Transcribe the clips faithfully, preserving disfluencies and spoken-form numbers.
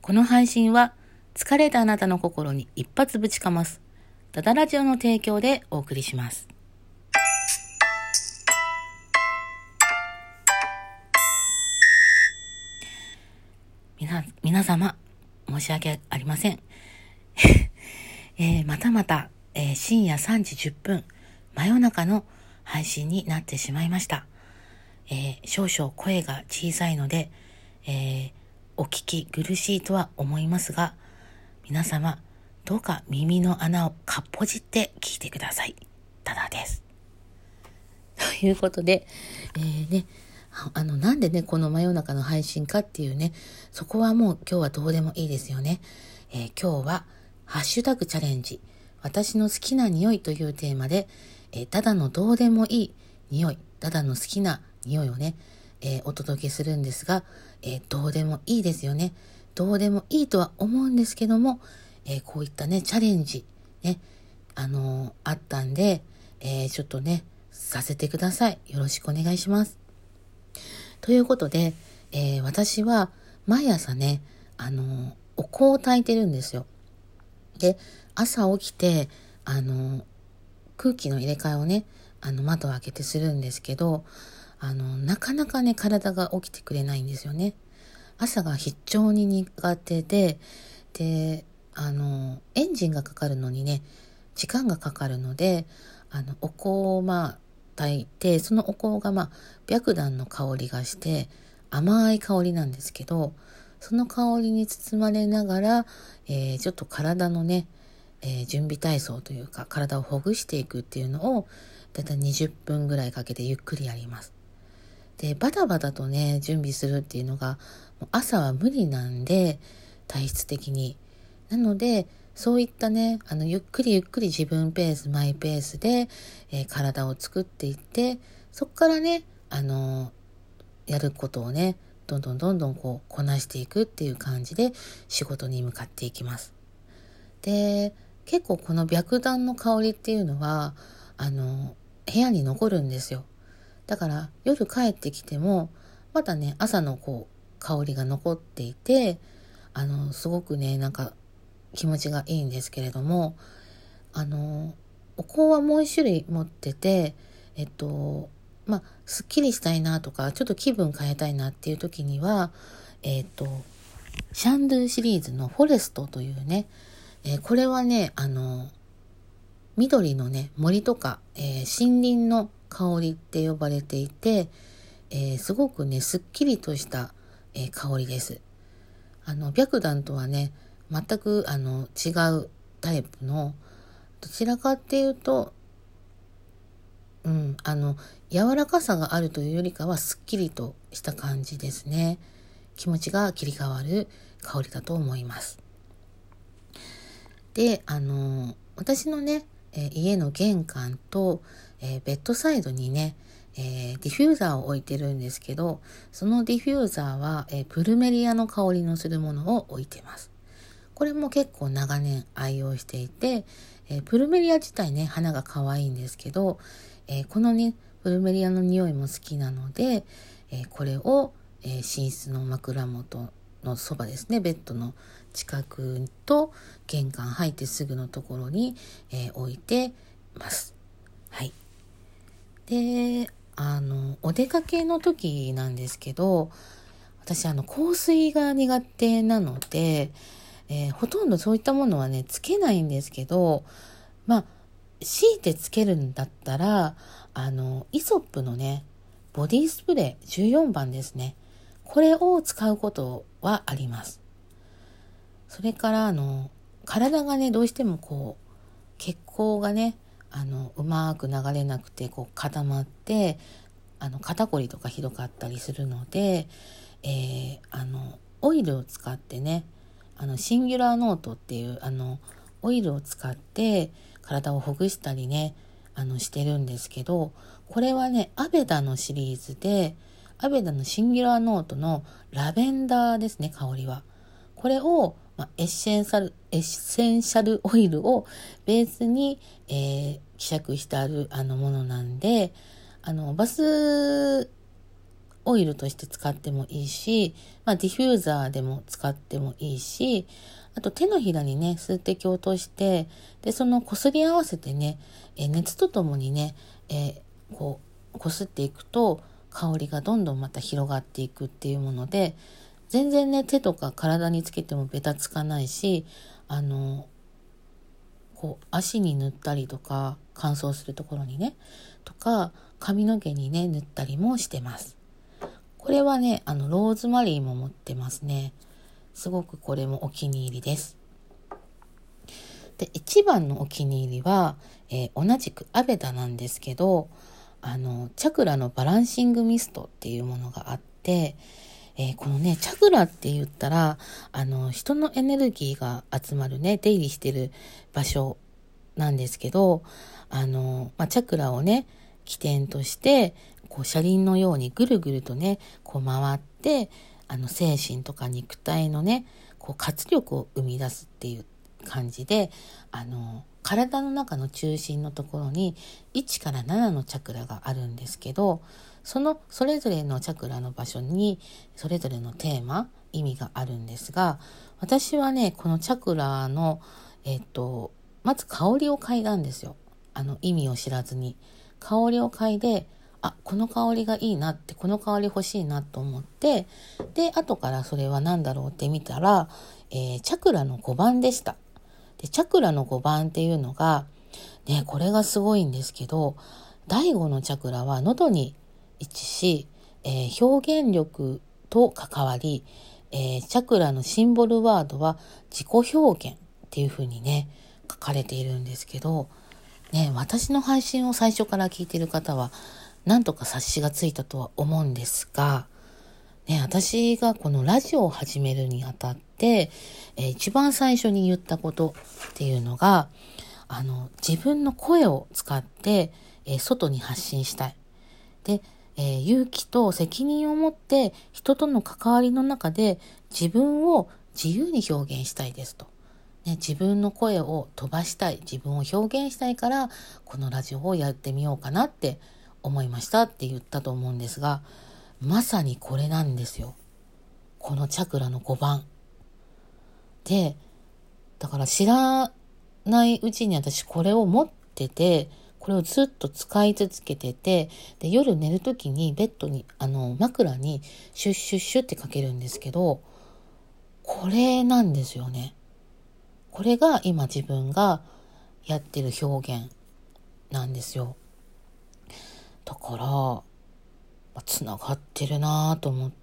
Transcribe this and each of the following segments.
この配信は疲れたあなたの心に一発ぶちかますダダラジオの提供でお送りします。みな皆様申し訳ありません、えー、またまた、えー、深夜さんじじゅっぷん真夜中の配信になってしまいました。えー、少々声が小さいので、えー、お聞き苦しいとは思いますが、皆様どうか耳の穴をかっぽじって聞いてください。ただです。ということで、えー、ね、あのなんでねこの真夜中の配信かっていうね、そこはもう今日はどうでもいいですよね。えー、今日はハッシュタグチャレンジ、私の好きな匂いというテーマで、えー、ただのどうでもいい匂い、ただの好きな匂いをね、えー、お届けするんですが、えー、どうでもいいですよね。どうでもいいとは思うんですけども、えー、こういったねチャレンジね、あのー、あったんで、えー、ちょっとねさせてください。よろしくお願いします。ということで、えー、私は毎朝ね、あのー、お香を焚いてるんですよ。で、朝起きて、あのー、空気の入れ替えをね、あの窓を開けてするんですけど、あのなかなかね体が起きてくれないんですよね。朝が非常に苦手で、で、あのエンジンがかかるのにね時間がかかるので、あのお香をまあ炊いて、そのお香がまあ白檀の香りがして甘い香りなんですけど、その香りに包まれながら、えー、ちょっと体のね、えー、準備体操というか体をほぐしていくっていうのをだいたいにじゅっぷんぐらいかけてゆっくりやります。で、バタバタとね準備するっていうのがもう朝は無理なんで、体質的に。なのでそういったね、あのゆっくりゆっくり自分ペースマイペースで、えー、体を作っていって、そこからねあのー、やることをねどんどんどんどんこうこなしていくっていう感じで仕事に向かっていきます。で、結構この白檀の香りっていうのはあのー、部屋に残るんですよ。だから夜帰ってきてもまだね朝のこう香りが残っていて、あのすごくねなんか気持ちがいいんですけれども、あのお香はもう一種類持ってて、えっとまあすっきりしたいなとかちょっと気分変えたいなっていう時には、えっとシャンドゥシリーズのフォレストというね、えー、これはねあの緑のね森とか、えー、森林の香りって呼ばれていて、えー、すごくねすっきりとした、えー、香りです。あの白檀とはね全くあの違うタイプの、どちらかっていうと、うん、あの柔らかさがあるというよりかはすっきりとした感じですね。気持ちが切り替わる香りだと思います。で、あの私のね、えー、家の玄関と、えー、ベッドサイドにね、えー、ディフューザーを置いてるんですけど、そのディフューザーは、えー、プルメリアの香りのするものを置いてます。これも結構長年愛用していて、えー、プルメリア自体ね花が可愛いんですけど、えー、このねプルメリアの匂いも好きなので、えー、これを、えー、寝室の枕元のそばですね、ベッドの近くと玄関入ってすぐのところに、えー、置いてます。はい。で、あのお出かけの時なんですけど、私あの香水が苦手なので、えー、ほとんどそういったものはねつけないんですけど、まあ強いてつけるんだったらあのイソップのねボディスプレーじゅうよんばんですね、これを使うことはあります。それからあの体がねどうしてもこう血行がねあのうまく流れなくてこう固まってあの肩こりとかひどかったりするので、えー、あのオイルを使ってね、あのシンギュラーノートっていうあのオイルを使って体をほぐしたりねあのしてるんですけど、これはねアベダのシリーズで、アベダのシンギュラーノートのラベンダーですね、香りは。これを、まあ、エッセンシャルエッセンシャルオイルをベースに、えー、希釈してあるあのものなんで、あのバスオイルとして使ってもいいし、まあ、ディフューザーでも使ってもいいし、あと手のひらにね数滴落として、でその擦り合わせてね、え熱とともにね、えー、こう擦っていくと香りがどんどんまた広がっていくっていうもので、全然ね手とか体につけてもベタつかないし、あのこう足に塗ったりとか、乾燥するところにねとか、髪の毛にね塗ったりもしてます。これはね、あのローズマリーも持ってますね。すごくこれもお気に入りです。で、一番のお気に入りは、えー、同じくアベダなんですけど、あのチャクラのバランシングミストっていうものがあって、えー、このねチャクラって言ったら、あの人のエネルギーが集まるね、出入りしてる場所なんですけど、あの、まあ、チャクラをね起点として、こう車輪のようにぐるぐるとねこう回って、あの精神とか肉体のねこう活力を生み出すっていう感じで、あの体の中の中心のところにいちからななのチャクラがあるんですけど、そのそれぞれのチャクラの場所にそれぞれのテーマ、意味があるんですが、私はねこのチャクラのえっとまず香りを嗅いだんですよ。あの意味を知らずに香りを嗅いで、あ、この香りがいいなって、この香り欲しいなと思って、で後からそれは何だろうって見たら、えー、チャクラのごばんでした。でチャクラのごばんっていうのがね、これがすごいんですけど、だいごのチャクラは喉に位置し、えー、表現力と関わり、えー、チャクラのシンボルワードは自己表現っていう風にね書かれているんですけど、ね、私の配信を最初から聞いている方はなんとか察しがついたとは思うんですが、ね、私がこのラジオを始めるにあたって、えー、一番最初に言ったことっていうのが、あの自分の声を使って、えー、外に発信したい。で、えー、勇気と責任を持って人との関わりの中で自分を自由に表現したいですと。ね、自分の声を飛ばしたい、自分を表現したいからこのラジオをやってみようかなって思いましたって言ったと思うんですが、まさにこれなんですよ。このチャクラのごばんで、だから知らないうちに私これを持ってて、これをずっと使い続けてて、で夜寝るときにベッドにあの枕にシュッシュッシュってかけるんですけど、これなんですよね。これが今自分がやってる表現なんですよ。だからつながってるなと思って、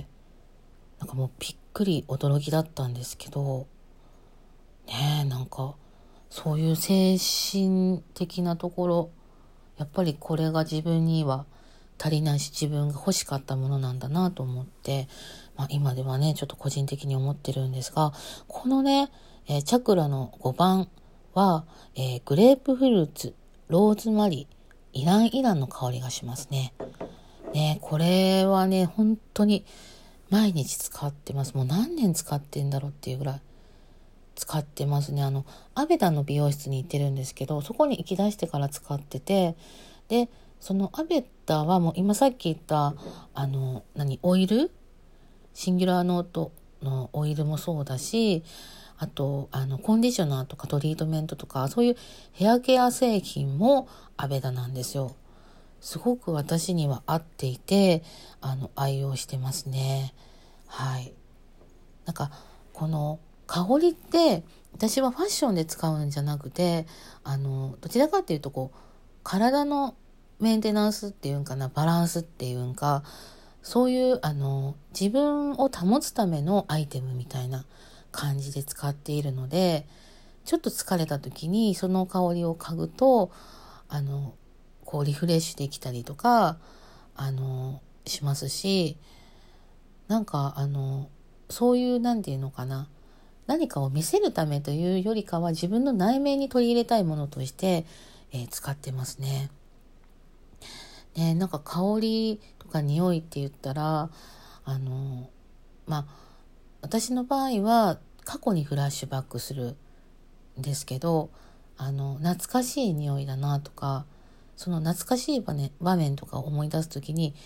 なんかもうびっくり驚きだったんですけどね、えなんかそういう精神的なところ、やっぱりこれが自分には足りないし、自分が欲しかったものなんだなと思って、まあ、今ではねちょっと個人的に思ってるんですが、このね、えー、チャクラのごばんは、えー、グレープフルーツ、ローズマリー、イランイランの香りがしますね。ね、これはね本当に毎日使ってます。もう何年使ってんだろうっていうぐらい使ってますね。あのアベダの美容室に行ってるんですけど、そこに行き出してから使ってて、でそのアベダはもう今さっき言ったあの何オイル、シンギュラーノートのオイルもそうだし、あとあのコンディショナーとかトリートメントとか、そういうヘアケア製品もアベダなんですよ。すごく私には合っていて、あの愛用してますね。はい。なんかこの香りって私はファッションで使うんじゃなくて、あのどちらかっていうとこう体のメンテナンスっていうんかな、バランスっていうんか、そういうあの自分を保つためのアイテムみたいな感じで使っているので、ちょっと疲れた時にその香りを嗅ぐとあのこうリフレッシュできたりとかあのしますし、なんかあのそういうなんていうのかな、何かを見せるためというよりかは自分の内面に取り入れたいものとして、えー、使ってますね。ね、なんか香りとか匂いって言ったらあのまあ私の場合は過去にフラッシュバックするんですけど、あの懐かしい匂いだなとか、その懐かしい場面、場面とかを思い出すときに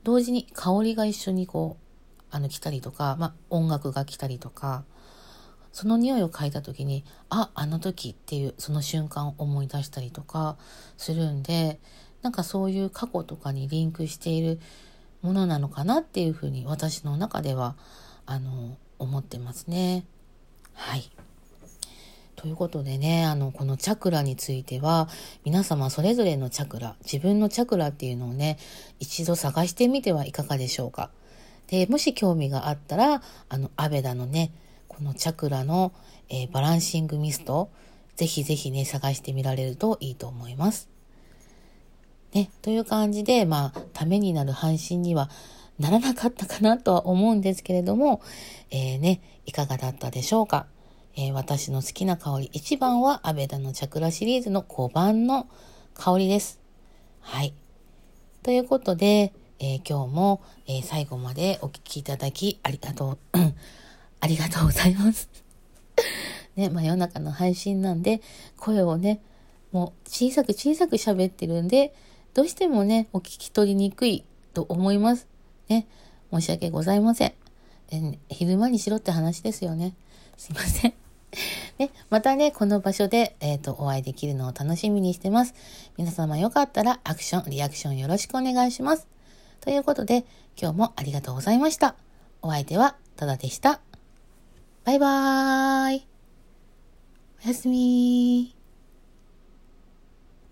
同時に香りが一緒にこうあの来たりとか、まあ、音楽が来たりとか、その匂いを嗅いだ時にああの時っていうその瞬間を思い出したりとかするんで、なんかそういう過去とかにリンクしているものなのかなっていうふうに私の中ではあの思ってますね。はい。ということでね、あのこのチャクラについては皆様それぞれのチャクラ、自分のチャクラっていうのをね一度探してみてはいかがでしょうか。でもし興味があったらあのアベダのねこのチャクラの、えーバランシングミスト、ぜひぜひね探してみられるといいと思います。ね、という感じで、まあ、ためになる配信にはならなかったかなとは思うんですけれども、えー、ね、いかがだったでしょうか。えー、私の好きな香り、いちばんはアベダのチャクラシリーズのごばんの香りです。はい。ということで、えー、今日も、えー、最後までお聞きいただきありがとう、ありがとうございます。ね、真夜中の配信なんで、声をね、もう小さく小さく喋ってるんで、どうしてもね、お聞き取りにくいと思います。ね、申し訳ございません。え昼間にしろって話ですよね。すいません。ね、またね、この場所で、えっと、お会いできるのを楽しみにしてます。皆様よかったらアクション、リアクションよろしくお願いします。ということで、今日もありがとうございました。お相手はただでした。バイバーイ。おやすみー。